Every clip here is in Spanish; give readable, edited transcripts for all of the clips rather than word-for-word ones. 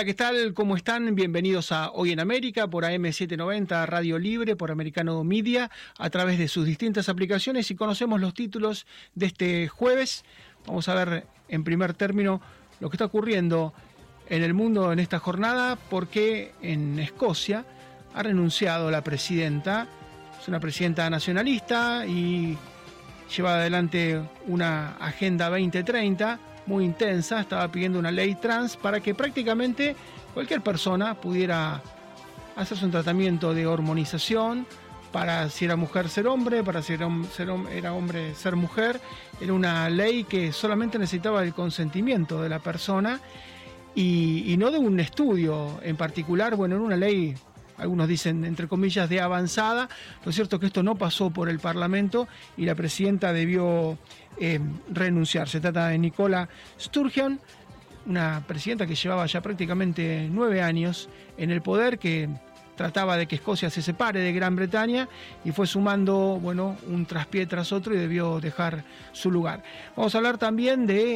Hola, ¿qué tal? ¿Cómo están? Bienvenidos a Hoy en América por AM790, Radio Libre, por Americano Media, a través de sus distintas aplicaciones, y conocemos los títulos de este jueves. Vamos a ver en primer término lo que está ocurriendo en el mundo en esta jornada, porque en Escocia ha renunciado la presidenta. Es una presidenta nacionalista y lleva adelante una Agenda 2030 muy intensa. Estaba pidiendo una ley trans para que prácticamente cualquier persona pudiera hacerse un tratamiento de hormonización, para si era mujer ser hombre, para si era hombre ser mujer. Era una ley que solamente necesitaba el consentimiento de la persona y no de un estudio en particular. Bueno, era una ley, algunos dicen entre comillas, de avanzada. Lo cierto es que esto no pasó por el Parlamento y la presidenta debió renunciar. Se trata de Nicola Sturgeon, una presidenta que llevaba ya prácticamente 9 años en el poder, que trataba de que Escocia se separe de Gran Bretaña y fue sumando, bueno, un traspié tras otro y debió dejar su lugar. Vamos a hablar también de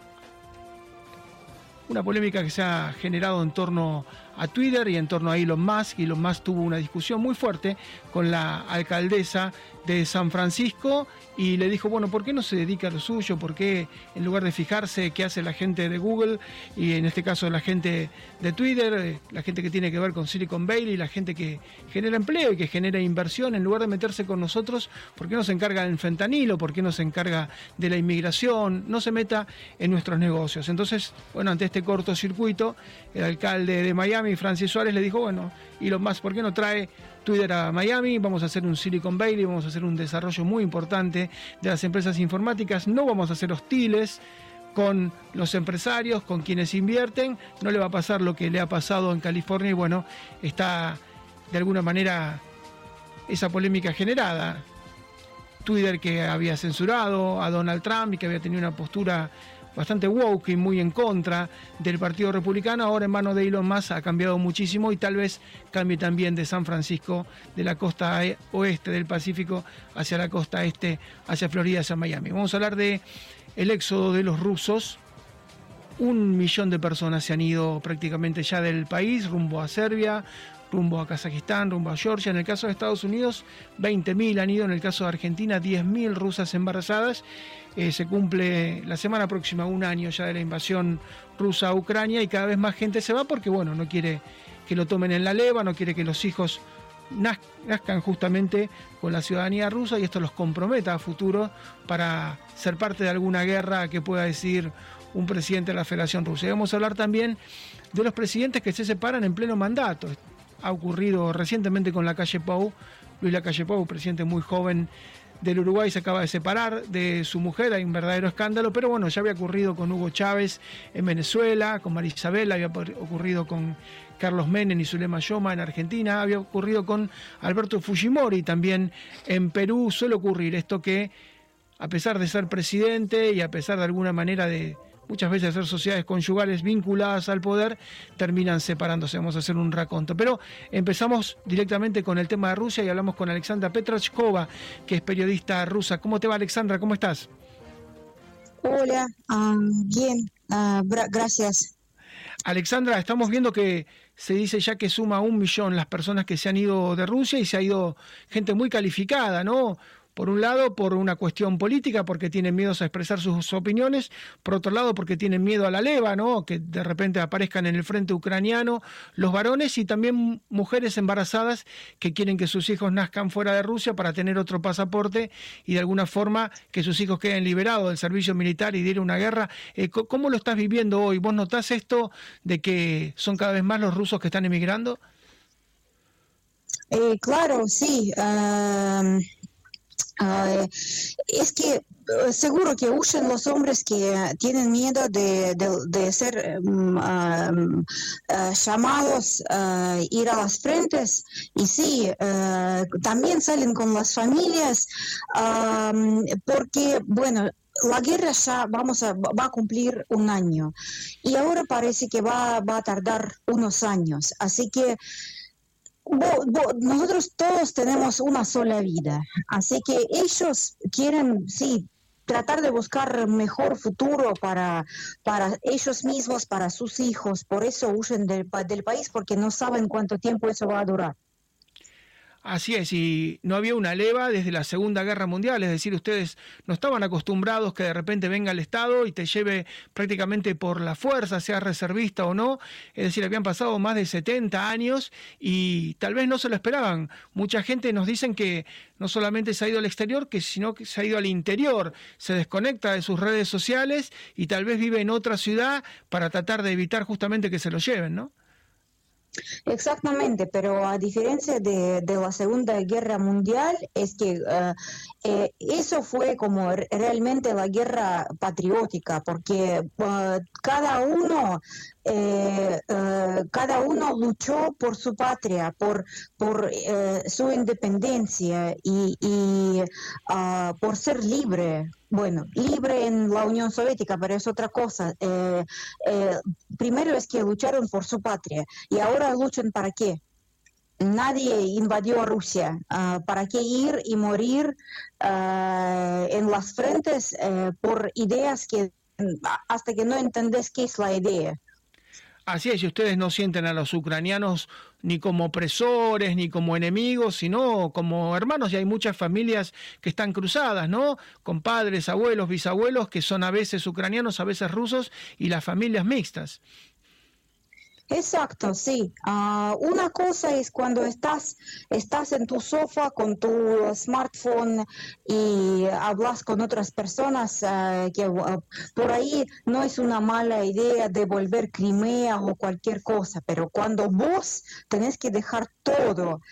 una polémica que se ha generado en torno a Twitter y en torno a Elon Musk. Elon Musk tuvo una discusión muy fuerte con la alcaldesa de San Francisco y le dijo, bueno, ¿por qué no se dedica a lo suyo? ¿Por qué en lugar de fijarse qué hace la gente de Google y en este caso la gente de Twitter, la gente que tiene que ver con Silicon Valley, la gente que genera empleo y que genera inversión, en lugar de meterse con nosotros, ¿por qué no se encarga del fentanilo? ¿Por qué no se encarga de la inmigración? No se meta en nuestros negocios. Entonces, bueno, ante este cortocircuito, el alcalde de Miami, Francis Suárez, le dijo, bueno, Elon Musk, ¿por qué no trae Twitter a Miami? Vamos a hacer un Silicon Valley, vamos a hacer un desarrollo muy importante de las empresas informáticas, no vamos a ser hostiles con los empresarios, con quienes invierten, no le va a pasar lo que le ha pasado en California. Y bueno, está de alguna manera esa polémica generada. Twitter, que había censurado a Donald Trump y que había tenido una postura bastante woke y muy en contra del Partido Republicano, ahora en manos de Elon Musk ha cambiado muchísimo y tal vez cambie también de San Francisco, de la costa oeste del Pacífico, hacia la costa este, hacia Florida, hacia Miami. Vamos a hablar de el éxodo de los rusos. 1 millón de personas se han ido prácticamente ya del país, rumbo a Serbia, rumbo a Kazajistán, rumbo a Georgia. En el caso de Estados Unidos, 20.000 han ido. En el caso de Argentina, 10.000 rusas embarazadas. Se cumple la semana próxima 1 año ya de la invasión rusa a Ucrania y cada vez más gente se va porque, bueno, no quiere que lo tomen en la leva, no quiere que los hijos nazcan justamente con la ciudadanía rusa y esto los comprometa a futuro para ser parte de alguna guerra que pueda decidir un presidente de la Federación Rusa. Y vamos a hablar también de los presidentes que se separan en pleno mandato. Ha ocurrido recientemente con Lacalle Pou. Luis Lacalle Pou, presidente muy joven del Uruguay, se acaba de separar de su mujer. Hay un verdadero escándalo, pero bueno, ya había ocurrido con Hugo Chávez en Venezuela, con María Isabel, había ocurrido con Carlos Menem y Zulema Yoma en Argentina, había ocurrido con Alberto Fujimori también en Perú. Suele ocurrir esto, que a pesar de ser presidente y a pesar de alguna manera de muchas veces ser sociedades conyugales vinculadas al poder, terminan separándose. Vamos a hacer un raconto. Pero empezamos directamente con el tema de Rusia y hablamos con Alexandra Petrachkova, que es periodista rusa. ¿Cómo te va, Alexandra? ¿Cómo estás? Hola, bien, gracias. Alexandra, estamos viendo que se dice ya que suma 1 millón las personas que se han ido de Rusia y se ha ido gente muy calificada, ¿no? Por un lado, por una cuestión política, porque tienen miedo a expresar sus opiniones. Por otro lado, porque tienen miedo a la leva, ¿no? Que de repente aparezcan en el frente ucraniano los varones, y también mujeres embarazadas que quieren que sus hijos nazcan fuera de Rusia para tener otro pasaporte y de alguna forma que sus hijos queden liberados del servicio militar y de ir a una guerra. ¿Cómo lo estás viviendo hoy? ¿Vos notás esto de que son cada vez más los rusos que están emigrando? Claro, sí. Es que seguro que huyen los hombres que tienen miedo de ser llamados a ir a las frentes, y sí, también salen con las familias, porque, bueno, la guerra ya va a cumplir 1 año y ahora parece que va a tardar unos años, así que nosotros todos tenemos una sola vida, así que ellos quieren, sí, tratar de buscar mejor futuro para ellos mismos, para sus hijos. Por eso huyen del país, porque no saben cuánto tiempo eso va a durar. Así es, y no había una leva desde la Segunda Guerra Mundial, es decir, ustedes no estaban acostumbrados que de repente venga el Estado y te lleve prácticamente por la fuerza, sea reservista o no, es decir, habían pasado más de 70 años y tal vez no se lo esperaban. Mucha gente nos dicen que no solamente se ha ido al exterior, sino que se ha ido al interior, se desconecta de sus redes sociales y tal vez vive en otra ciudad para tratar de evitar justamente que se lo lleven, ¿no? Exactamente, pero a diferencia de la Segunda Guerra Mundial, es que eso fue como realmente la guerra patriótica, porque cada uno luchó por su patria, por su independencia y por ser libre. Bueno, libre en la Unión Soviética, pero es otra cosa. Primero es que lucharon por su patria y ahora luchan para qué. Nadie invadió Rusia. ¿Para qué ir y morir en las frentes por ideas que hasta que no entendés qué es la idea? Así es, y ustedes no sienten a los ucranianos ni como opresores, ni como enemigos, sino como hermanos, y hay muchas familias que están cruzadas, ¿no? Con padres, abuelos, bisabuelos, que son a veces ucranianos, a veces rusos, y las familias mixtas. Exacto, sí. Una cosa es cuando estás en tu sofá con tu smartphone y hablas con otras personas, que por ahí no es una mala idea devolver Crimea o cualquier cosa, pero cuando vos tenés que dejar todo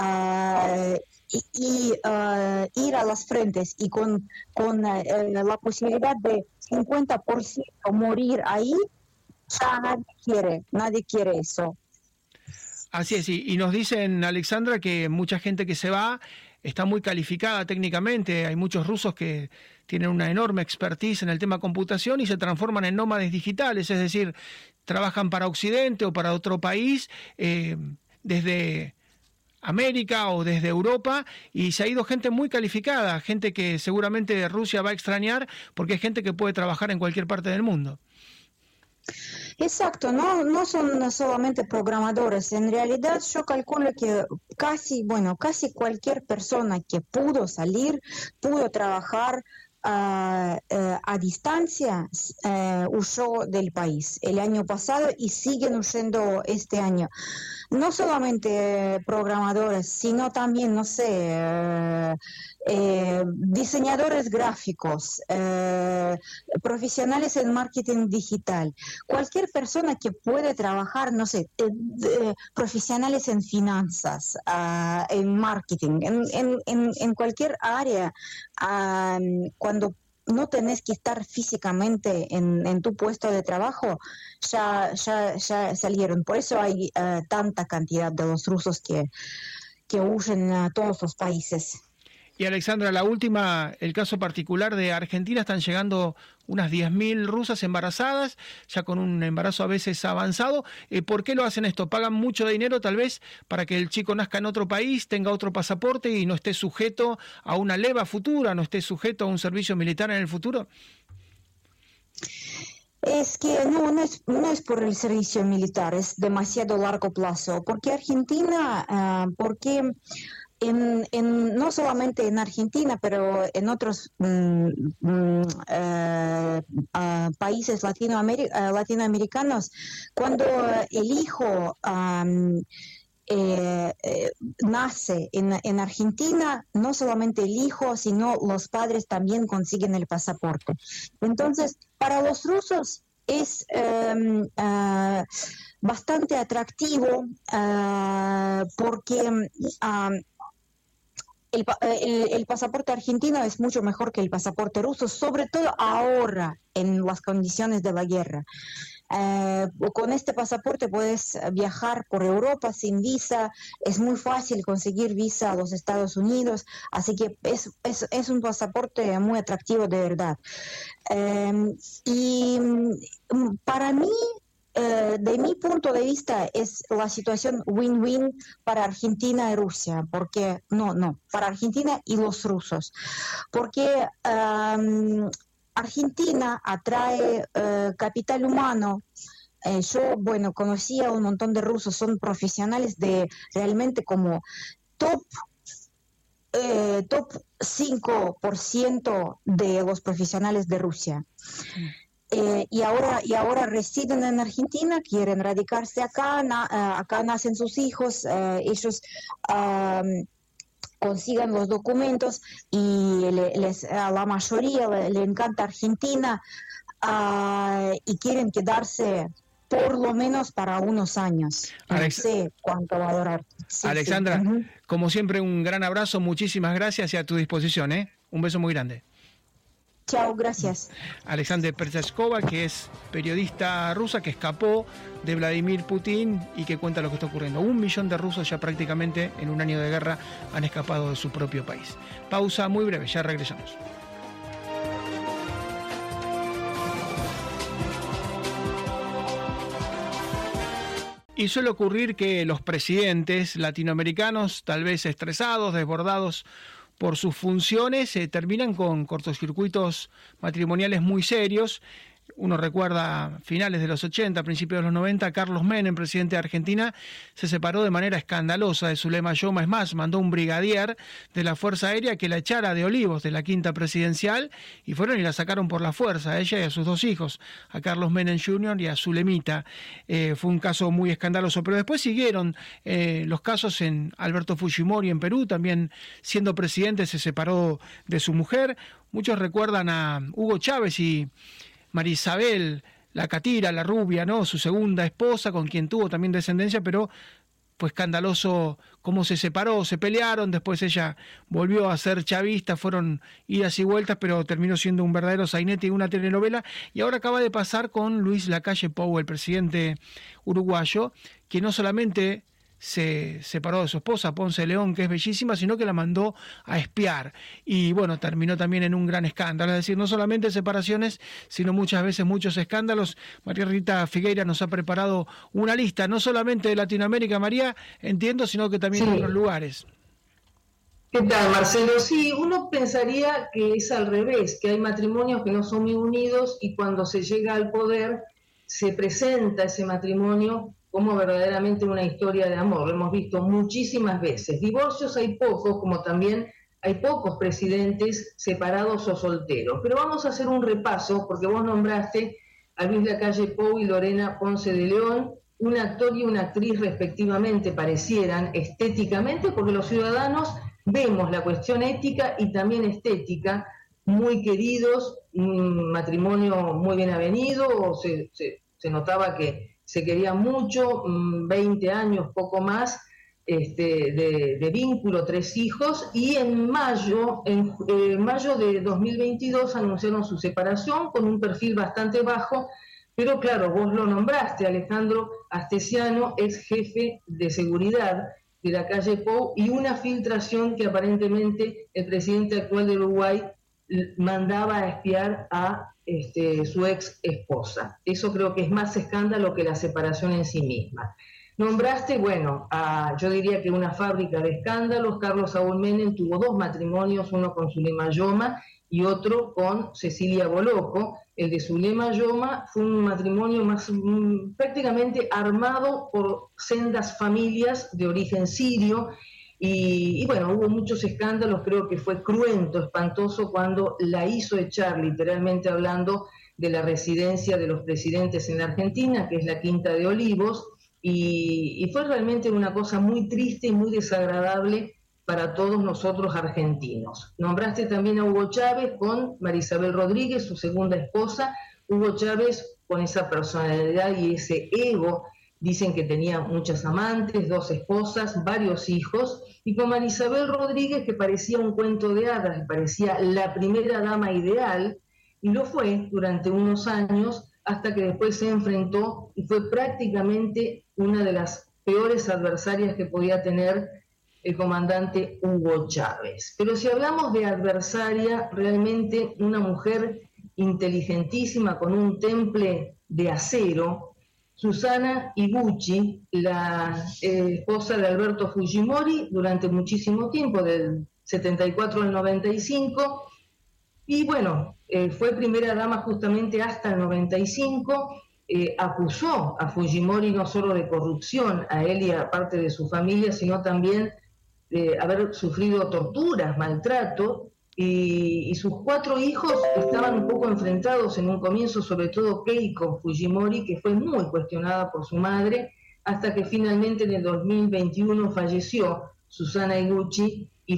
y ir a las frentes y con la posibilidad de 50% morir ahí, ya nadie quiere eso. Así es, y nos dicen, Alexandra, que mucha gente que se va está muy calificada técnicamente, hay muchos rusos que tienen una enorme expertise en el tema computación y se transforman en nómades digitales, es decir, trabajan para Occidente o para otro país desde América o desde Europa, y se ha ido gente muy calificada, gente que seguramente Rusia va a extrañar porque es gente que puede trabajar en cualquier parte del mundo. Exacto, no son solamente programadores. En realidad yo calculo que casi cualquier persona que pudo salir, pudo trabajar a distancia, huyó del país el año pasado y siguen huyendo este año. No solamente programadores, sino también, no sé, diseñadores gráficos, profesionales en marketing digital, cualquier persona que puede trabajar, no sé, profesionales en finanzas, en marketing, en cualquier área, cuando no tenés que estar físicamente en tu puesto de trabajo, ya salieron. Por eso hay tanta cantidad de los rusos que huyen a todos los países. Y Alexandra, la última, el caso particular de Argentina, están llegando unas 10.000 rusas embarazadas, ya con un embarazo a veces avanzado. ¿Por qué lo hacen esto? ¿Pagan mucho dinero tal vez para que el chico nazca en otro país, tenga otro pasaporte y no esté sujeto a una leva futura, no esté sujeto a un servicio militar en el futuro? Es que no es por el servicio militar, es demasiado largo plazo, porque Argentina, no solamente en Argentina, pero en otros países latinoamericanos, cuando el hijo nace en Argentina, no solamente el hijo, sino los padres también consiguen el pasaporte. Entonces, para los rusos es bastante atractivo porque el pasaporte argentino es mucho mejor que el pasaporte ruso, sobre todo ahora en las condiciones de la guerra. Con este pasaporte puedes viajar por Europa sin visa, es muy fácil conseguir visa a los Estados Unidos, así que es un pasaporte muy atractivo de verdad. Y para mí de mi punto de vista es la situación win-win para Argentina y Rusia, porque para Argentina y los rusos, porque Argentina atrae capital humano. Yo, conocí a un montón de rusos, son profesionales de realmente como top 5% de los profesionales de Rusia. Y ahora residen en Argentina, quieren radicarse acá, acá nacen sus hijos, ellos consigan los documentos y a la mayoría le encanta Argentina y quieren quedarse por lo menos para unos años. No sé cuánto va a durar. Sí, Alexandra, sí. Como siempre, un gran abrazo, muchísimas gracias y a tu disposición. Un beso muy grande. Chao, gracias. Alexandra Perchashkova, que es periodista rusa que escapó de Vladimir Putin y que cuenta lo que está ocurriendo. 1 millón de rusos ya prácticamente en un año de guerra han escapado de su propio país. Pausa muy breve, ya regresamos. Y suele ocurrir que los presidentes latinoamericanos, tal vez estresados, desbordados por sus funciones, terminan con cortocircuitos matrimoniales muy serios. Uno recuerda finales de los 80, principios de los 90, Carlos Menem, presidente de Argentina, se separó de manera escandalosa de Zulema Yoma. Es más, mandó un brigadier de la Fuerza Aérea que la echara de Olivos, de la quinta presidencial, y fueron y la sacaron por la fuerza, a ella y a sus 2 hijos, a Carlos Menem Jr. y a Zulemita. Fue un caso muy escandaloso, pero después siguieron los casos en Alberto Fujimori en Perú, también siendo presidente se separó de su mujer. Muchos recuerdan a Hugo Chávez y María Isabel, la catira, la rubia, ¿no? Su segunda esposa, con quien tuvo también descendencia, pero fue escandaloso cómo se separó, se pelearon, después ella volvió a ser chavista, fueron idas y vueltas, pero terminó siendo un verdadero sainete y una telenovela. Y ahora acaba de pasar con Luis Lacalle Pou, el presidente uruguayo, que no solamente se separó de su esposa, Ponce León, que es bellísima, sino que la mandó a espiar. Y bueno, terminó también en un gran escándalo. Es decir, no solamente separaciones, sino muchas veces muchos escándalos. María Rita Figueira nos ha preparado una lista, no solamente de Latinoamérica, María, entiendo, sino que también de otros lugares. ¿Qué tal, Marcelo? Sí, uno pensaría que es al revés, que hay matrimonios que no son muy unidos y cuando se llega al poder se presenta ese matrimonio como verdaderamente una historia de amor. Lo hemos visto muchísimas veces. Divorcios hay pocos, como también hay pocos presidentes separados o solteros. Pero vamos a hacer un repaso, porque vos nombraste a Luis Lacalle Pou y Lorena Ponce de León, un actor y una actriz respectivamente, parecieran estéticamente, porque los ciudadanos vemos la cuestión ética y también estética, muy queridos, un matrimonio muy bien avenido, se notaba que se querían mucho, 20 años, poco más, de vínculo, 3 hijos, y en mayo de 2022 anunciaron su separación con un perfil bastante bajo, pero claro, vos lo nombraste, Alejandro Astesiano es jefe de seguridad de Lacalle Pou, y una filtración que aparentemente el presidente actual de Uruguay mandaba a espiar a su ex esposa. Eso creo que es más escándalo que la separación en sí misma. Nombraste, yo diría que una fábrica de escándalos. Carlos Saúl Menem tuvo 2 matrimonios, uno con Zulema Yoma y otro con Cecilia Boloco. El de Zulema Yoma fue un matrimonio más prácticamente armado por sendas familias de origen sirio. Y hubo muchos escándalos, creo que fue cruento, espantoso cuando la hizo echar, literalmente hablando, de la residencia de los presidentes en la Argentina, que es la Quinta de Olivos, y fue realmente una cosa muy triste y muy desagradable para todos nosotros argentinos. Nombraste también a Hugo Chávez con María Isabel Rodríguez, su segunda esposa. Hugo Chávez, con esa personalidad y ese ego, dicen que tenía muchas amantes, 2 esposas, varios hijos, y con María Isabel Rodríguez, que parecía un cuento de hadas, que parecía la primera dama ideal, y lo fue durante unos años, hasta que después se enfrentó y fue prácticamente una de las peores adversarias que podía tener el comandante Hugo Chávez. Pero si hablamos de adversaria, realmente una mujer inteligentísima, con un temple de acero, Susanna Higuchi, la esposa de Alberto Fujimori, durante muchísimo tiempo, del 74 al 95, y bueno, fue primera dama justamente hasta el 95, acusó a Fujimori no solo de corrupción, a él y a parte de su familia, sino también de haber sufrido torturas, maltrato, y sus 4 hijos estaban un poco enfrentados en un comienzo, sobre todo Keiko Fujimori, que fue muy cuestionada por su madre, hasta que finalmente en el 2021 falleció Susanna Higuchi y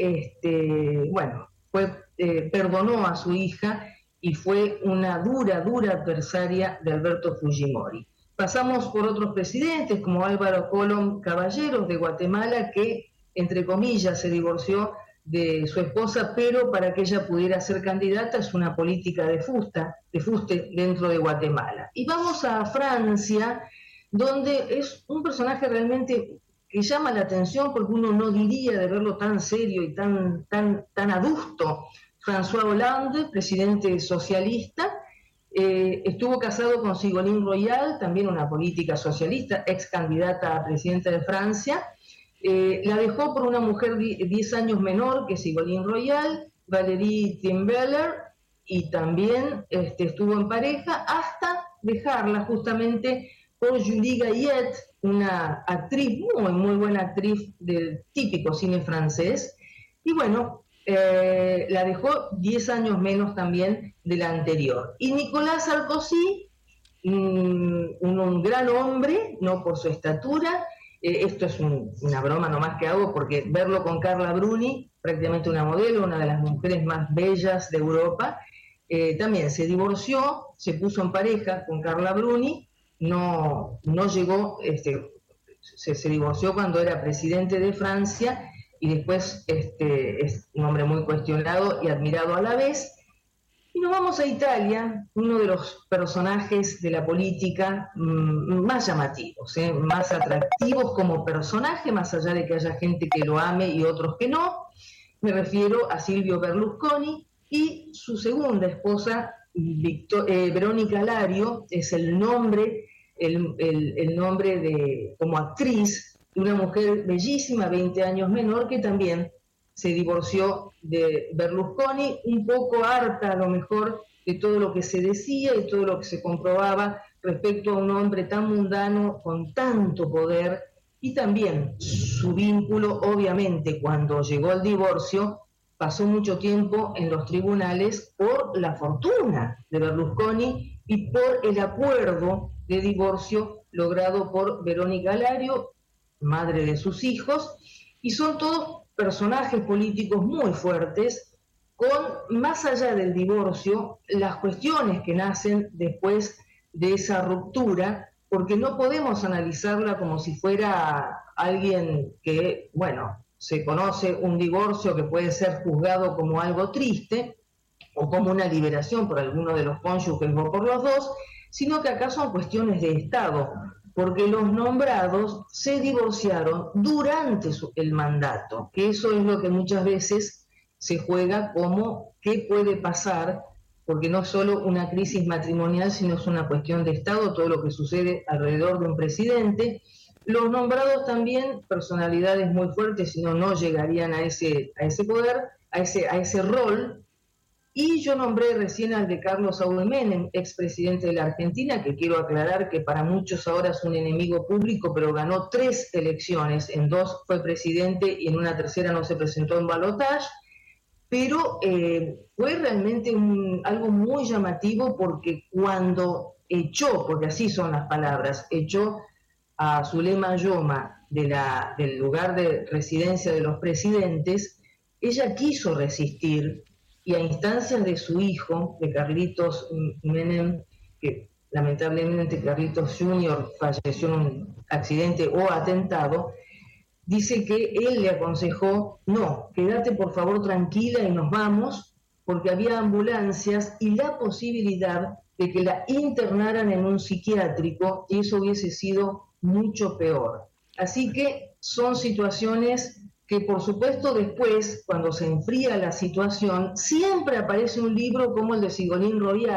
perdonó a su hija y fue una dura adversaria de Alberto Fujimori. Pasamos por otros presidentes como Álvaro Colón Caballeros de Guatemala, que entre comillas se divorció de su esposa, pero para que ella pudiera ser candidata es una política de fuste dentro de Guatemala. Y vamos a Francia, donde es un personaje realmente que llama la atención porque uno no diría de verlo tan serio y tan adusto. François Hollande, presidente socialista, estuvo casado con Ségolène Royal, también una política socialista, ex candidata a presidenta de Francia. La dejó por una mujer 10 años menor que Ségolène Royal, Valérie Timberler, y también estuvo en pareja hasta dejarla justamente por Julie Gayet, una actriz, muy buena actriz del típico cine francés, y bueno, la dejó 10 años menos también de la anterior. Y Nicolas Sarkozy, un gran hombre, no por su estatura, esto es una broma nomás que hago, porque verlo con Carla Bruni, prácticamente una modelo, una de las mujeres más bellas de Europa, también se divorció, se puso en pareja con Carla Bruni, no llegó, se divorció cuando era presidente de Francia, y después es un hombre muy cuestionado y admirado a la vez. Y nos vamos a Italia, uno de los personajes de la política más llamativos, más atractivos como personaje, más allá de que haya gente que lo ame y otros que no. Me refiero a Silvio Berlusconi y su segunda esposa, Verónica Lario, es el nombre como actriz de una mujer bellísima, 20 años menor, que también se divorció de Berlusconi, un poco harta a lo mejor de todo lo que se decía y todo lo que se comprobaba respecto a un hombre tan mundano, con tanto poder, y también su vínculo, obviamente, cuando llegó el divorcio, pasó mucho tiempo en los tribunales por la fortuna de Berlusconi y por el acuerdo de divorcio logrado por Verónica Lario, madre de sus hijos, y son todos personajes políticos muy fuertes, con, más allá del divorcio, las cuestiones que nacen después de esa ruptura, porque no podemos analizarla como si fuera alguien que, bueno, se conoce un divorcio que puede ser juzgado como algo triste o como una liberación por alguno de los cónyuges o por los dos, sino que acá son cuestiones de Estado, porque los nombrados se divorciaron durante el mandato, que eso es lo que muchas veces se juega como qué puede pasar, porque no es solo una crisis matrimonial, sino es una cuestión de Estado, todo lo que sucede alrededor de un presidente. Los nombrados también, personalidades muy fuertes, si no llegarían a ese poder, a ese rol. Y yo nombré recién al de Carlos Saúl Menem, expresidente de la Argentina, que quiero aclarar que para muchos ahora es un enemigo público, pero ganó 3 elecciones, en 2 fue presidente y en una tercera no se presentó en balotaje, pero fue realmente algo muy llamativo, porque cuando echó, porque así son las palabras, echó a Zulema Yoma del lugar de residencia de los presidentes, ella quiso resistir, y a instancias de su hijo, de Carlitos Menem, que lamentablemente Carlitos Jr. falleció en un accidente o atentado, dice que él le aconsejó: no, quédate por favor tranquila y nos vamos, porque había ambulancias y la posibilidad de que la internaran en un psiquiátrico, y eso hubiese sido mucho peor. Así que son situaciones que, por supuesto, después, cuando se enfría la situación, siempre aparece un libro como el de Ségolène Royal,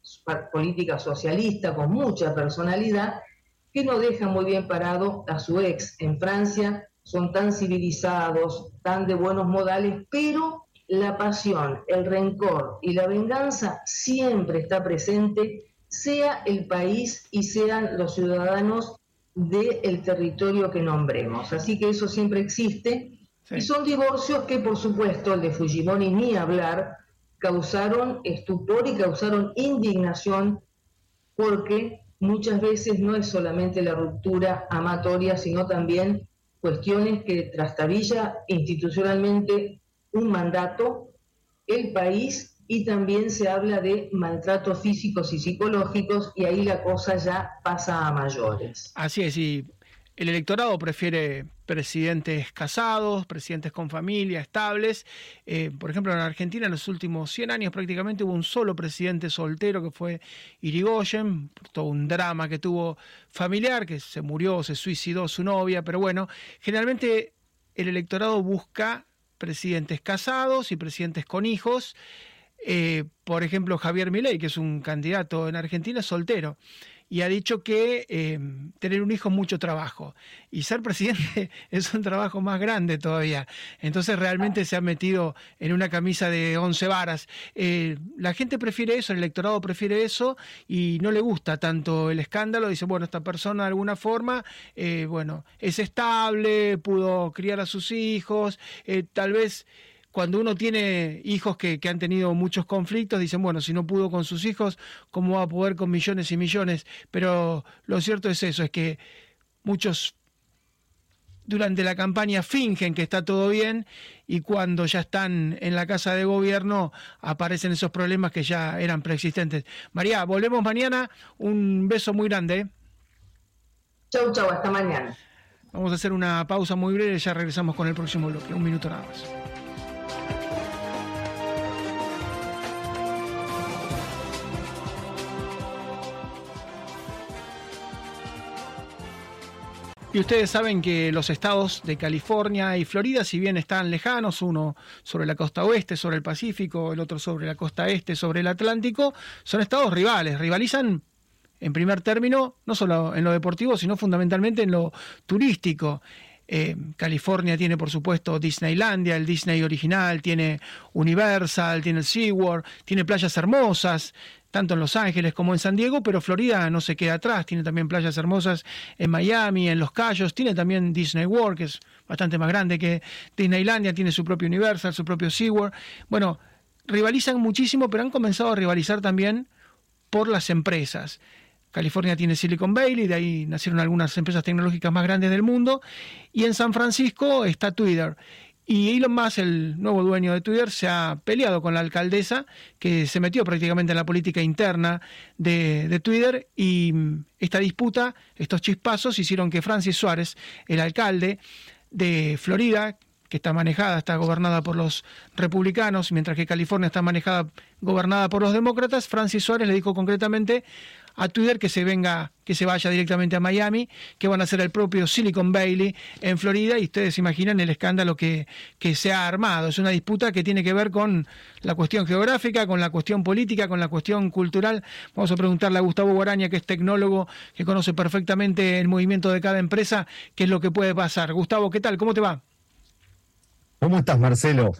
política socialista con mucha personalidad, que no deja muy bien parado a su ex. En Francia son tan civilizados, tan de buenos modales, pero la pasión, el rencor y la venganza siempre está presente, sea el país y sean los ciudadanos del territorio que nombremos. Así que eso siempre existe. Sí. Y son divorcios que, por supuesto, el de Fujimori ni hablar, causaron estupor y causaron indignación, porque muchas veces no es solamente la ruptura amatoria, sino también cuestiones que trastabilla institucionalmente un mandato, el país, y también se habla de maltratos físicos y psicológicos, y ahí la cosa ya pasa a mayores. Así es, y el electorado prefiere presidentes casados, presidentes con familia, estables. Por ejemplo, en Argentina en los últimos 100 años prácticamente hubo un solo presidente soltero, que fue Irigoyen, todo un drama que tuvo familiar, que se murió, se suicidó su novia, pero bueno, generalmente el electorado busca presidentes casados y presidentes con hijos. Por ejemplo, Javier Milei, que es un candidato en Argentina, es soltero, y ha dicho que tener un hijo es mucho trabajo, y ser presidente es un trabajo más grande todavía. Entonces realmente se ha metido en una camisa de 11 varas. La gente prefiere eso, el electorado prefiere eso, y no le gusta tanto el escándalo. Dice, bueno, esta persona de alguna forma, bueno, es estable, pudo criar a sus hijos, tal vez... Cuando uno tiene hijos que han tenido muchos conflictos, dicen, bueno, si no pudo con sus hijos, ¿cómo va a poder con millones y millones? Pero lo cierto es eso, es que muchos durante la campaña fingen que está todo bien, y cuando ya están en la casa de gobierno aparecen esos problemas que ya eran preexistentes. María, volvemos mañana. Un beso muy grande. Chau, chau, hasta mañana. Vamos a hacer una pausa muy breve y ya regresamos con el próximo bloque. 1 minuto nada más. Y ustedes saben que los estados de California y Florida, si bien están lejanos, uno sobre la costa oeste, sobre el Pacífico, el otro sobre la costa este, sobre el Atlántico, son estados rivales, rivalizan en primer término, no solo en lo deportivo, sino fundamentalmente en lo turístico. California tiene, por supuesto, Disneylandia, el Disney original, tiene Universal, tiene el SeaWorld, tiene playas hermosas, tanto en Los Ángeles como en San Diego, pero Florida no se queda atrás, tiene también playas hermosas en Miami, en Los Cayos, tiene también Disney World, que es bastante más grande que Disneylandia, tiene su propio Universal, su propio SeaWorld. Bueno, rivalizan muchísimo, pero han comenzado a rivalizar también por las empresas. California tiene Silicon Valley, de ahí nacieron algunas empresas tecnológicas más grandes del mundo, y en San Francisco está Twitter. Y Elon Musk, el nuevo dueño de Twitter, se ha peleado con la alcaldesa, que se metió prácticamente en la política interna de Twitter, y esta disputa, estos chispazos, hicieron que Francis Suárez, el alcalde de Florida, que está gobernada por los republicanos, mientras que California está gobernada por los demócratas, Francis Suárez le dijo concretamente a Twitter que se vaya directamente a Miami, que van a hacer el propio Silicon Valley en Florida, y ustedes se imaginan el escándalo que se ha armado. Es una disputa que tiene que ver con la cuestión geográfica, con la cuestión política, con la cuestión cultural. Vamos a preguntarle a Gustavo Guaraña, que es tecnólogo, que conoce perfectamente el movimiento de cada empresa, qué es lo que puede pasar. Gustavo, ¿qué tal? ¿Cómo te va? ¿Cómo estás, Marcelo?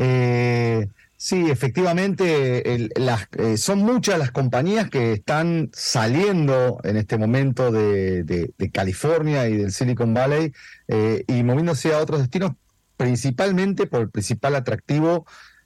Sí, efectivamente, son muchas las compañías que están saliendo en este momento de California y del Silicon Valley y moviéndose a otros destinos, principalmente por el principal atractivo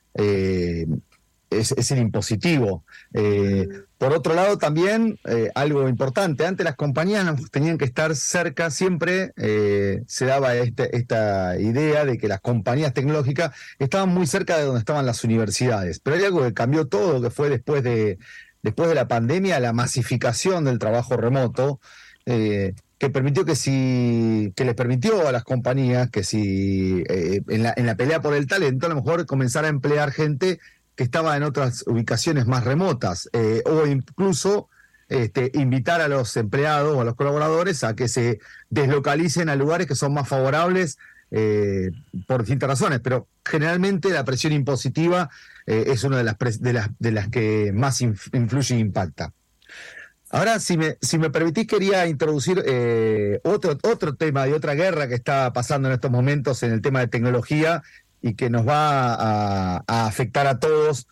es el impositivo. Por otro lado, también algo importante, antes las compañías tenían que estar cerca, siempre se daba esta idea de que las compañías tecnológicas estaban muy cerca de donde estaban las universidades, pero hay algo que cambió todo, que fue después de la pandemia, la masificación del trabajo remoto, que les permitió a las compañías que si en la pelea por el talento, a lo mejor comenzar a emplear gente que estaba en otras ubicaciones más remotas, o incluso invitar a los empleados o a los colaboradores a que se deslocalicen a lugares que son más favorables por distintas razones, pero generalmente la presión impositiva es una de las que más influye e impacta. Ahora, si me permitís, quería introducir otro tema y otra guerra que está pasando en estos momentos en el tema de tecnología y que nos va a afectar a todos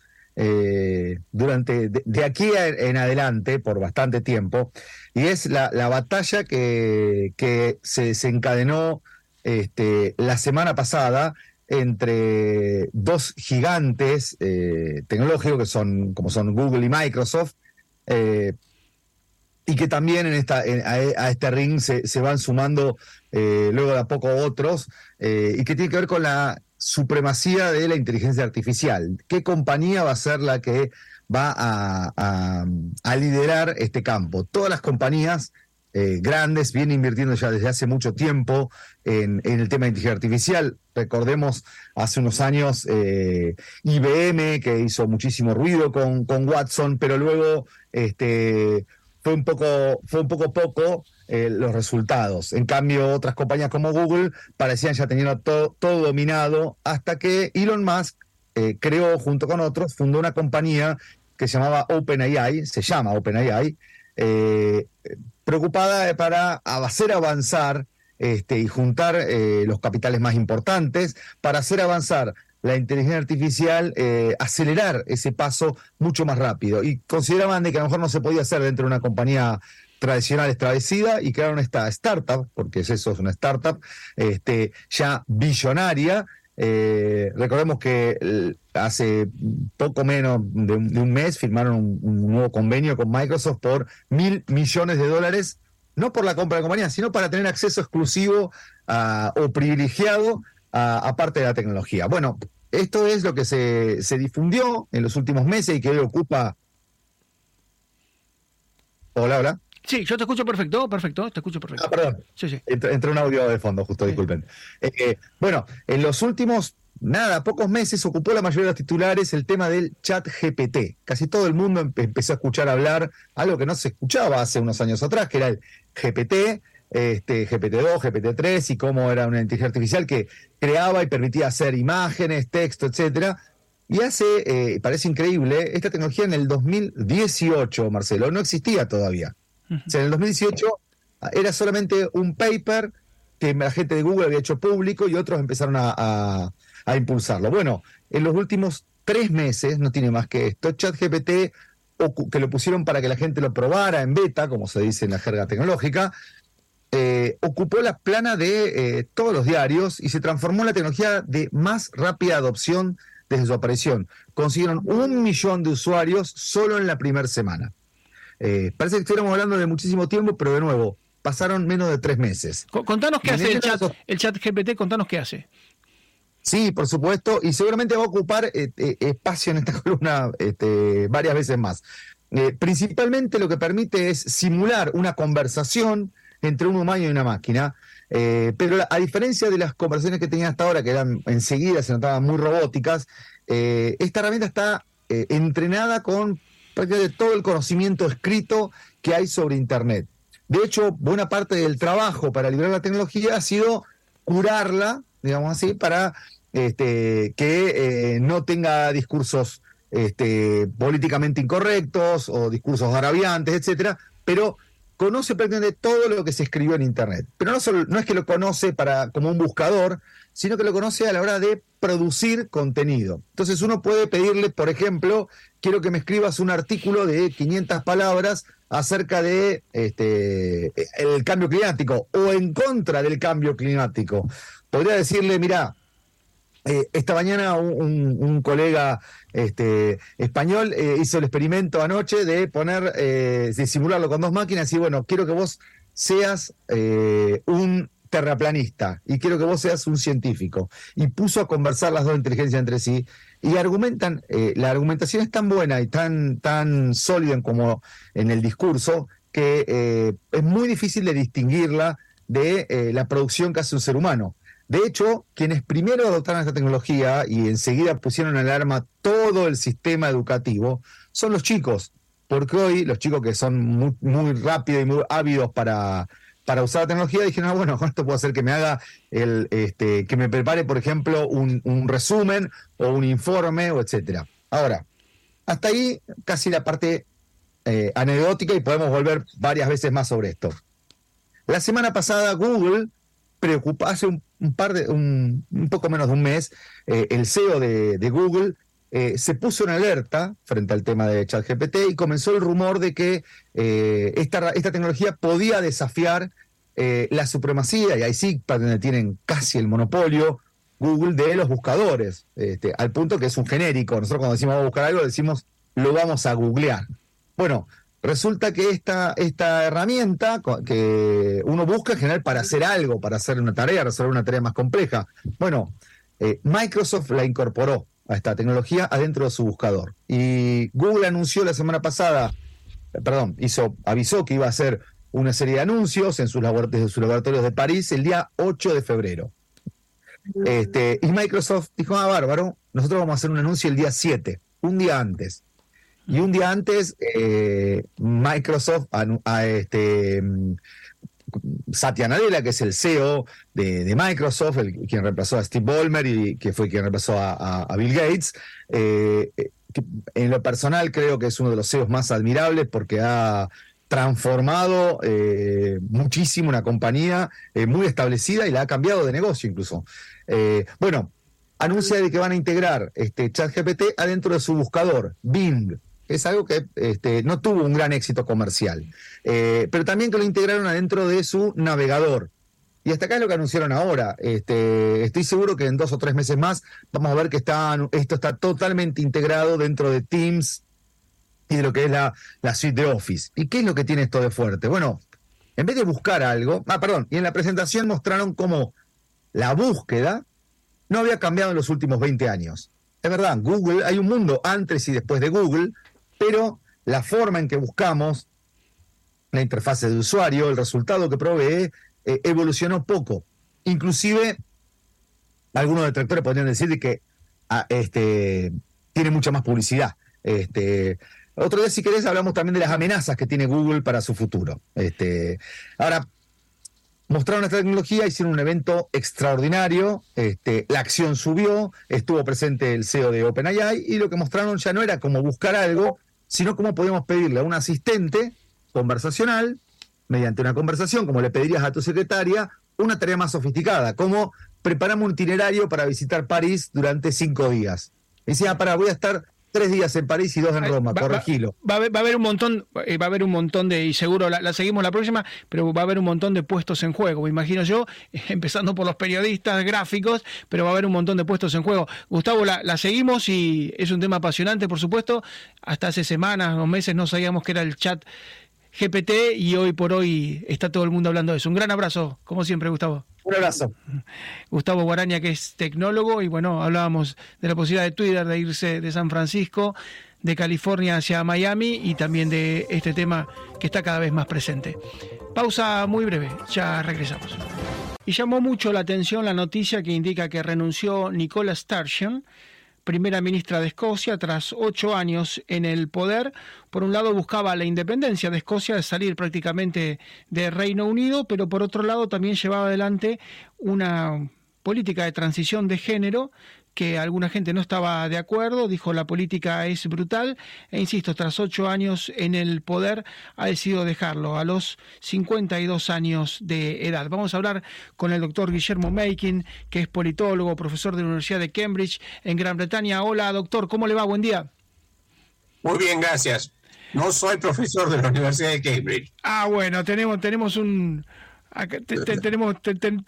de aquí en adelante por bastante tiempo, y es la batalla que se desencadenó la semana pasada entre dos gigantes tecnológicos como son Google y Microsoft, y que también a este ring se van sumando luego de a poco otros, y que tiene que ver con la supremacía de la inteligencia artificial. ¿Qué compañía va a ser la que va a liderar este campo? Todas las compañías grandes vienen invirtiendo ya desde hace mucho tiempo en el tema de inteligencia artificial. Recordemos hace unos años IBM, que hizo muchísimo ruido con Watson, pero luego fue un poco los resultados. En cambio, otras compañías como Google parecían ya teniendo todo dominado, hasta que Elon Musk creó, junto con otros, fundó una compañía que se llama OpenAI, preocupada para hacer avanzar y juntar los capitales más importantes para hacer avanzar la inteligencia artificial, acelerar ese paso mucho más rápido. Y consideraban de que a lo mejor no se podía hacer dentro de una compañía tradicional establecida, y crearon esta startup, porque eso es una startup, ya billonaria. Recordemos que hace poco menos de un mes firmaron un nuevo convenio con Microsoft por $1.000 millones, no por la compra de la compañía, sino para tener acceso exclusivo o privilegiado a parte de la tecnología. Bueno, esto es lo que se difundió en los últimos meses y que hoy ocupa... Hola. Sí, yo te escucho perfecto, te escucho perfecto. Perdón. Sí. Entró un audio de fondo, justo, disculpen. Bueno, en los últimos, pocos meses ocupó la mayoría de los titulares el tema del ChatGPT. Casi todo el mundo empezó a escuchar hablar algo que no se escuchaba hace unos años atrás, que era el GPT, GPT-2, GPT-3, y cómo era una inteligencia artificial que creaba y permitía hacer imágenes, texto, etcétera. Y parece increíble, esta tecnología en el 2018, Marcelo, no existía todavía. O sea, en el 2018 era solamente un paper que la gente de Google había hecho público y otros empezaron a impulsarlo. Bueno, en los últimos 3 meses, no tiene más que esto, ChatGPT, que lo pusieron para que la gente lo probara en beta, como se dice en la jerga tecnológica, ocupó la plana de todos los diarios y se transformó en la tecnología de más rápida adopción desde su aparición. Consiguieron 1 millón de usuarios solo en la primera semana. Parece que estuviéramos hablando de muchísimo tiempo, pero de nuevo, pasaron menos de 3 meses. Contanos qué hace el chat GPT, contanos qué hace. Sí, por supuesto, y seguramente va a ocupar espacio en esta columna varias veces más. Principalmente lo que permite es simular una conversación entre un humano y una máquina, pero a diferencia de las conversaciones que tenía hasta ahora, que eran enseguida, se notaban muy robóticas, esta herramienta está entrenada con prácticamente todo el conocimiento escrito que hay sobre Internet. De hecho, buena parte del trabajo para liberar la tecnología ha sido curarla, digamos así, para que no tenga discursos políticamente incorrectos o discursos agraviantes, etcétera, pero conoce prácticamente todo lo que se escribió en Internet. Pero no es que lo conoce como un buscador, sino que lo conoce a la hora de producir contenido. Entonces uno puede pedirle, por ejemplo, quiero que me escribas un artículo de 500 palabras acerca de el cambio climático o en contra del cambio climático. Podría decirle, mirá, esta mañana un colega español hizo el experimento anoche de simularlo con 2 máquinas y bueno, quiero que vos seas un terraplanista y quiero que vos seas un científico. Y puso a conversar las dos inteligencias entre sí y argumentan, la argumentación es tan buena y tan sólida como en el discurso que es muy difícil de distinguirla de la producción que hace un ser humano. De hecho, quienes primero adoptaron esta tecnología y enseguida pusieron en alarma todo el sistema educativo son los chicos, porque hoy los chicos que son muy rápidos y muy ávidos para para usar la tecnología, dijeron, bueno, con esto puedo hacer que me haga que me prepare, por ejemplo, un resumen o un informe, o etcétera. Ahora, hasta ahí casi la parte anecdótica, y podemos volver varias veces más sobre esto. La semana pasada Google hace un poco menos de un mes, el CEO de Google se puso en alerta frente al tema de ChatGPT y comenzó el rumor de que esta tecnología podía desafiar la supremacía, y ahí sí tienen casi el monopolio Google de los buscadores, al punto que es un genérico. Nosotros cuando decimos vamos a buscar algo, decimos lo vamos a googlear. Bueno, resulta que esta herramienta que uno busca en general para hacer algo, para hacer una tarea, resolver una tarea más compleja, bueno, Microsoft la incorporó a esta tecnología adentro de su buscador. Y Google anunció la semana pasada, avisó que iba a hacer una serie de anuncios desde sus laboratorios de París el día 8 de febrero. Y Microsoft dijo, bárbaro, nosotros vamos a hacer un anuncio el día 7, un día antes. Y un día antes, Microsoft, Satya Nadella, que es el CEO de Microsoft, quien reemplazó a Steve Ballmer y que fue quien reemplazó a Bill Gates, en lo personal creo que es uno de los CEOs más admirables porque ha transformado muchísimo una compañía muy establecida y la ha cambiado de negocio incluso. Bueno, anuncia de que van a integrar ChatGPT adentro de su buscador, Bing. Es algo que no tuvo un gran éxito comercial, pero también que lo integraron adentro de su navegador. Y hasta acá es lo que anunciaron ahora. Estoy seguro que en 2 o 3 meses más vamos a ver que esto está totalmente integrado dentro de Teams y de lo que es la suite de Office. ¿Y qué es lo que tiene esto de fuerte? Bueno, en vez de buscar algo... y en la presentación mostraron cómo la búsqueda no había cambiado en los últimos 20 años. Es verdad, Google, hay un mundo antes y después de Google, pero la forma en que buscamos, la interfase de usuario, el resultado que provee, evolucionó poco. Inclusive, algunos detractores podrían decir de que tiene mucha más publicidad. Otro día, si querés, hablamos también de las amenazas que tiene Google para su futuro. Ahora, mostraron esta tecnología, hicieron un evento extraordinario, la acción subió, estuvo presente el CEO de OpenAI, y lo que mostraron ya no era cómo buscar algo, sino cómo podemos pedirle a un asistente conversacional, mediante una conversación, como le pedirías a tu secretaria, una tarea más sofisticada, como preparamos un itinerario para visitar París durante 5 días. Y decía, voy a estar 3 días en París y 2 en Roma, corregilo. Va a haber un montón de, y seguro la seguimos la próxima, pero va a haber un montón de puestos en juego, me imagino yo, empezando por los periodistas gráficos, pero va a haber un montón de puestos en juego. Gustavo, la seguimos y es un tema apasionante, por supuesto. Hasta hace semanas o meses no sabíamos que era el chat GPT y hoy por hoy está todo el mundo hablando de eso. Un gran abrazo, como siempre, Gustavo. Un abrazo. Gustavo Guaraña, que es tecnólogo, y bueno, hablábamos de la posibilidad de Twitter de irse de San Francisco, de California hacia Miami, y también de este tema que está cada vez más presente. Pausa muy breve, ya regresamos. Y llamó mucho la atención la noticia que indica que renunció Nicola Sturgeon, primera ministra de Escocia, tras 8 años en el poder. Por un lado buscaba la independencia de Escocia, de salir prácticamente de Reino Unido, pero por otro lado también llevaba adelante una política de transición de género que alguna gente no estaba de acuerdo, dijo la política es brutal, e insisto, tras 8 años en el poder ha decidido dejarlo a los 52 años de edad. Vamos a hablar con el doctor Guillermo Meking, que es politólogo, profesor de la Universidad de Cambridge en Gran Bretaña. Hola doctor, ¿cómo le va? Buen día. Muy bien, gracias. No soy profesor de la Universidad de Cambridge. Bueno, tenemos un... Acá tenemos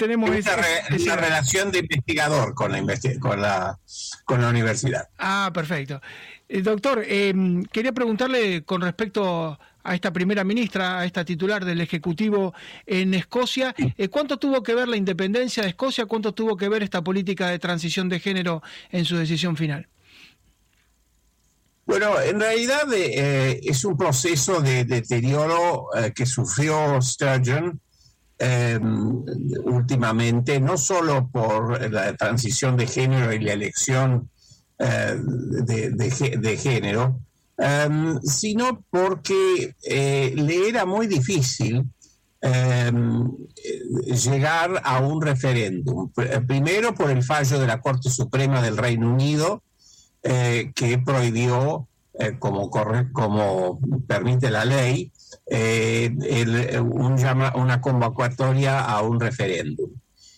una relación de investigador con la universidad. Perfecto. Doctor, quería preguntarle con respecto a esta primera ministra, a esta titular del Ejecutivo en Escocia, ¿cuánto tuvo que ver la independencia de Escocia? ¿Cuánto tuvo que ver esta política de transición de género en su decisión final? Bueno, en realidad es un proceso de deterioro que sufrió Sturgeon últimamente, no solo por la transición de género y la elección de género, sino porque le era muy difícil llegar a un referéndum. Primero por el fallo de la Corte Suprema del Reino Unido, que prohibió, como permite la ley, una convocatoria a un referéndum.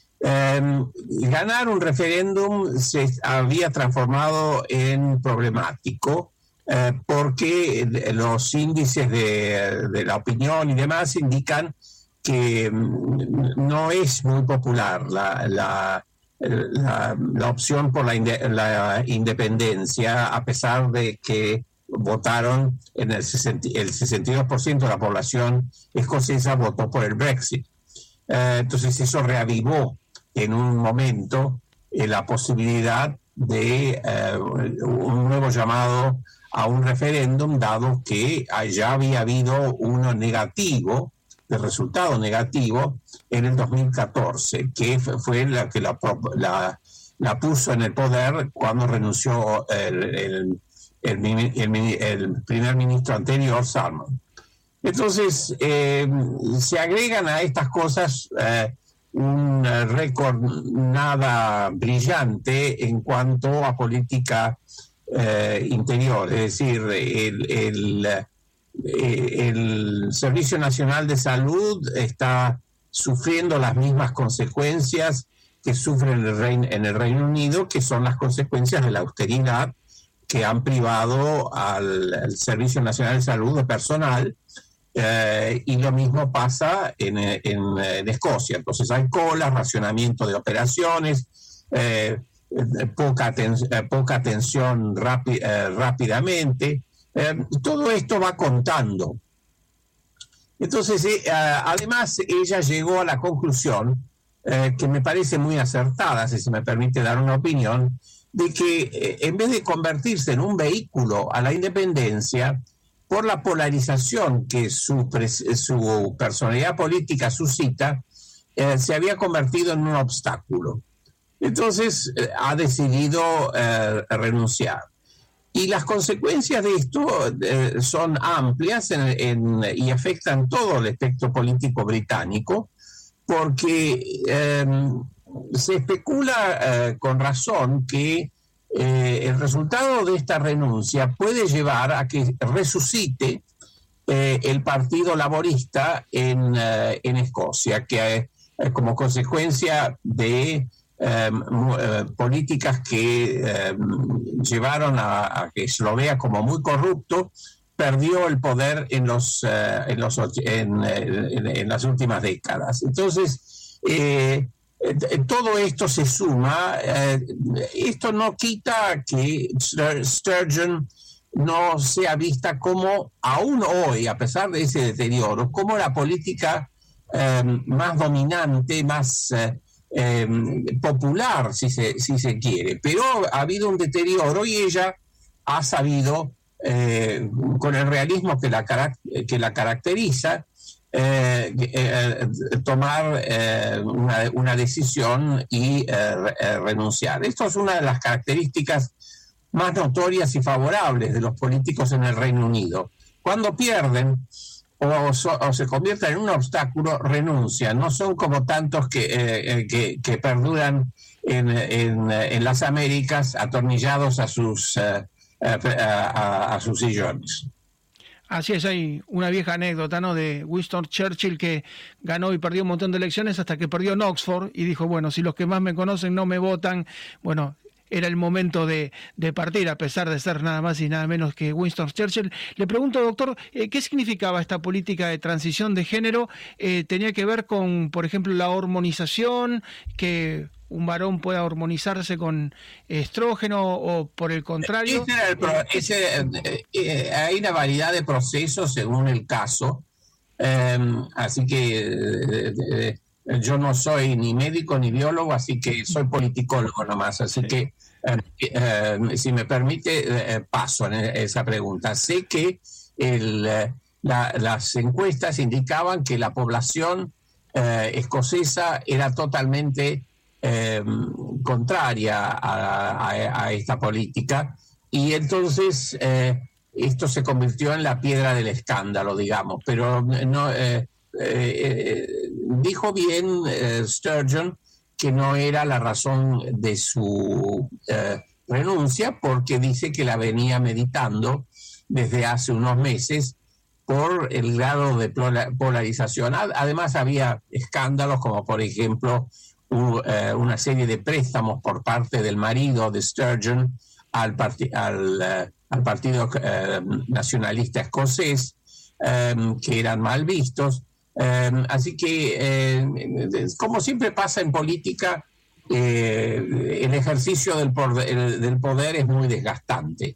Ganar un referéndum se había transformado en problemático, porque los índices de la opinión y demás indican que no es muy popular la opción por la independencia, a pesar de que votaron el 62% de la población escocesa votó por el Brexit. Entonces eso reavivó en un momento la posibilidad de un nuevo llamado a un referéndum, dado que ya había habido uno negativo, de resultado negativo, en el 2014, que fue la que la puso en el poder cuando renunció el primer ministro anterior, Salmond. Entonces, se agregan a estas cosas un récord nada brillante en cuanto a política interior, es decir, el Servicio Nacional de Salud está sufriendo las mismas consecuencias que sufren en el Reino Unido, que son las consecuencias de la austeridad que han privado al Servicio Nacional de Salud de personal, y lo mismo pasa en Escocia. Entonces hay colas, racionamiento de operaciones, poca atención rápidamente. Todo esto va contando. Entonces, además, ella llegó a la conclusión, que me parece muy acertada, si se me permite dar una opinión, de que en vez de convertirse en un vehículo a la independencia, por la polarización que su personalidad política suscita, se había convertido en un obstáculo. Entonces, ha decidido renunciar. Y las consecuencias de esto son amplias y afectan todo el espectro político británico, porque se especula con razón que el resultado de esta renuncia puede llevar a que resucite el Partido Laborista en Escocia, que como consecuencia de políticas que llevaron a que se lo vea como muy corrupto, perdió el poder en las últimas décadas. Entonces, todo esto se suma. Esto no quita que Sturgeon no sea vista como, aún hoy, a pesar de ese deterioro, como la política más dominante, más popular, si se quiere. Pero ha habido un deterioro y ella ha sabido, con el realismo que la caracteriza, tomar una decisión y renunciar. Esto es una de las características más notorias y favorables de los políticos en el Reino Unido. Cuando pierden o se convierten en un obstáculo, renuncian. No son como tantos que perduran en las Américas atornillados a sus sillones. Así es, hay una vieja anécdota, ¿no?, de Winston Churchill, que ganó y perdió un montón de elecciones hasta que perdió en Oxford y dijo, bueno, si los que más me conocen no me votan, bueno, era el momento de partir, a pesar de ser nada más y nada menos que Winston Churchill. Le pregunto, doctor, ¿qué significaba esta política de transición de género? ¿Tenía que ver con, por ejemplo, la hormonización, que un varón pueda hormonizarse con estrógeno, o por el contrario? Hay una variedad de procesos según el caso, así que yo no soy ni médico ni biólogo, así que soy politicólogo nomás, así que si me permite paso en esa pregunta. Sé que las encuestas indicaban que la población escocesa era totalmente contraria a esta política, y entonces esto se convirtió en la piedra del escándalo, digamos, pero no, dijo bien Sturgeon que no era la razón de su renuncia, porque dice que la venía meditando desde hace unos meses por el grado de polarización. Además había escándalos como por ejemplo una serie de préstamos por parte del marido de Sturgeon al Partido Nacionalista Escocés, que eran mal vistos. Así que, como siempre pasa en política, el ejercicio del poder es muy desgastante.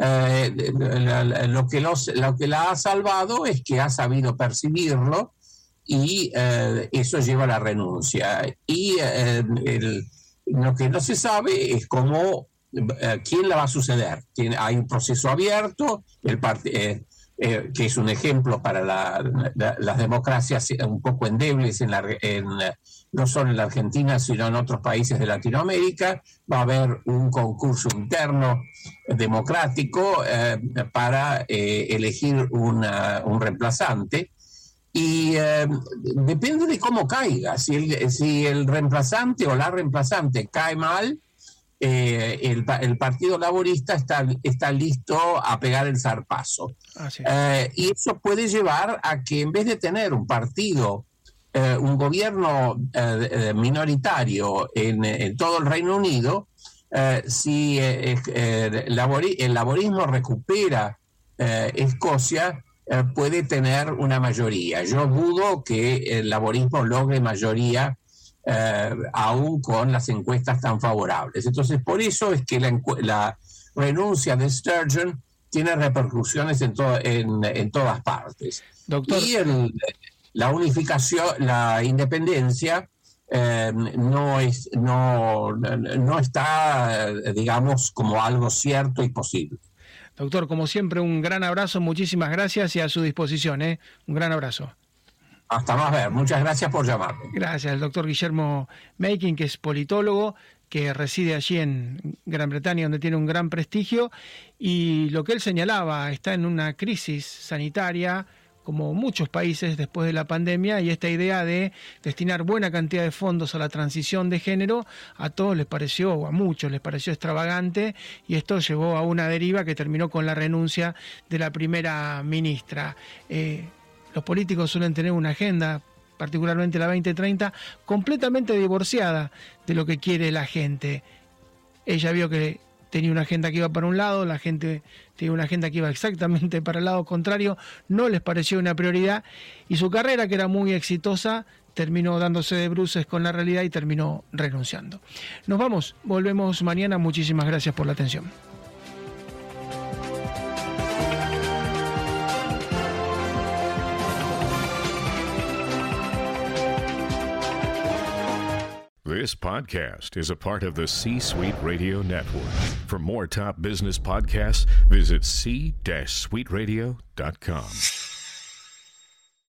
Lo que la ha salvado es que ha sabido percibirlo, y eso lleva a la renuncia. Y lo que no se sabe es cómo, quién la va a suceder. Hay un proceso abierto, que es un ejemplo para las democracias un poco endebles no solo en la Argentina, sino en otros países de Latinoamérica. Va a haber un concurso interno democrático para elegir un reemplazante. Y depende de cómo caiga. Si el reemplazante o la reemplazante cae mal, el Partido Laborista está listo a pegar el zarpazo. Y eso puede llevar a que, en vez de tener un partido, un gobierno minoritario en todo el Reino Unido, si el laborismo recupera Escocia, puede tener una mayoría. Yo dudo que el laborismo logre mayoría aún con las encuestas tan favorables. Entonces, por eso es que la renuncia de Sturgeon tiene repercusiones en todas partes. Doctor, y la unificación, la independencia no está, digamos, como algo cierto y posible. Doctor, como siempre, un gran abrazo, muchísimas gracias y a su disposición, ¿eh? Un gran abrazo. Hasta más ver, muchas gracias por llamarme. Gracias, el doctor Guillermo Meking, que es politólogo, que reside allí en Gran Bretaña, donde tiene un gran prestigio, y lo que él señalaba, está en una crisis sanitaria, como muchos países después de la pandemia, y esta idea de destinar buena cantidad de fondos a la transición de género, a todos les pareció, o a muchos les pareció extravagante, y esto llevó a una deriva que terminó con la renuncia de la primera ministra. Los políticos suelen tener una agenda, particularmente la 2030, completamente divorciada de lo que quiere la gente. Ella vio que tenía una agenda que iba para un lado, la gente tenía una agenda que iba exactamente para el lado contrario, no les pareció una prioridad, y su carrera, que era muy exitosa, terminó dándose de bruces con la realidad y terminó renunciando. Nos vamos, volvemos mañana, muchísimas gracias por la atención. This podcast is a part of the C-Suite Radio Network. For more top business podcasts, visit c-suiteradio.com.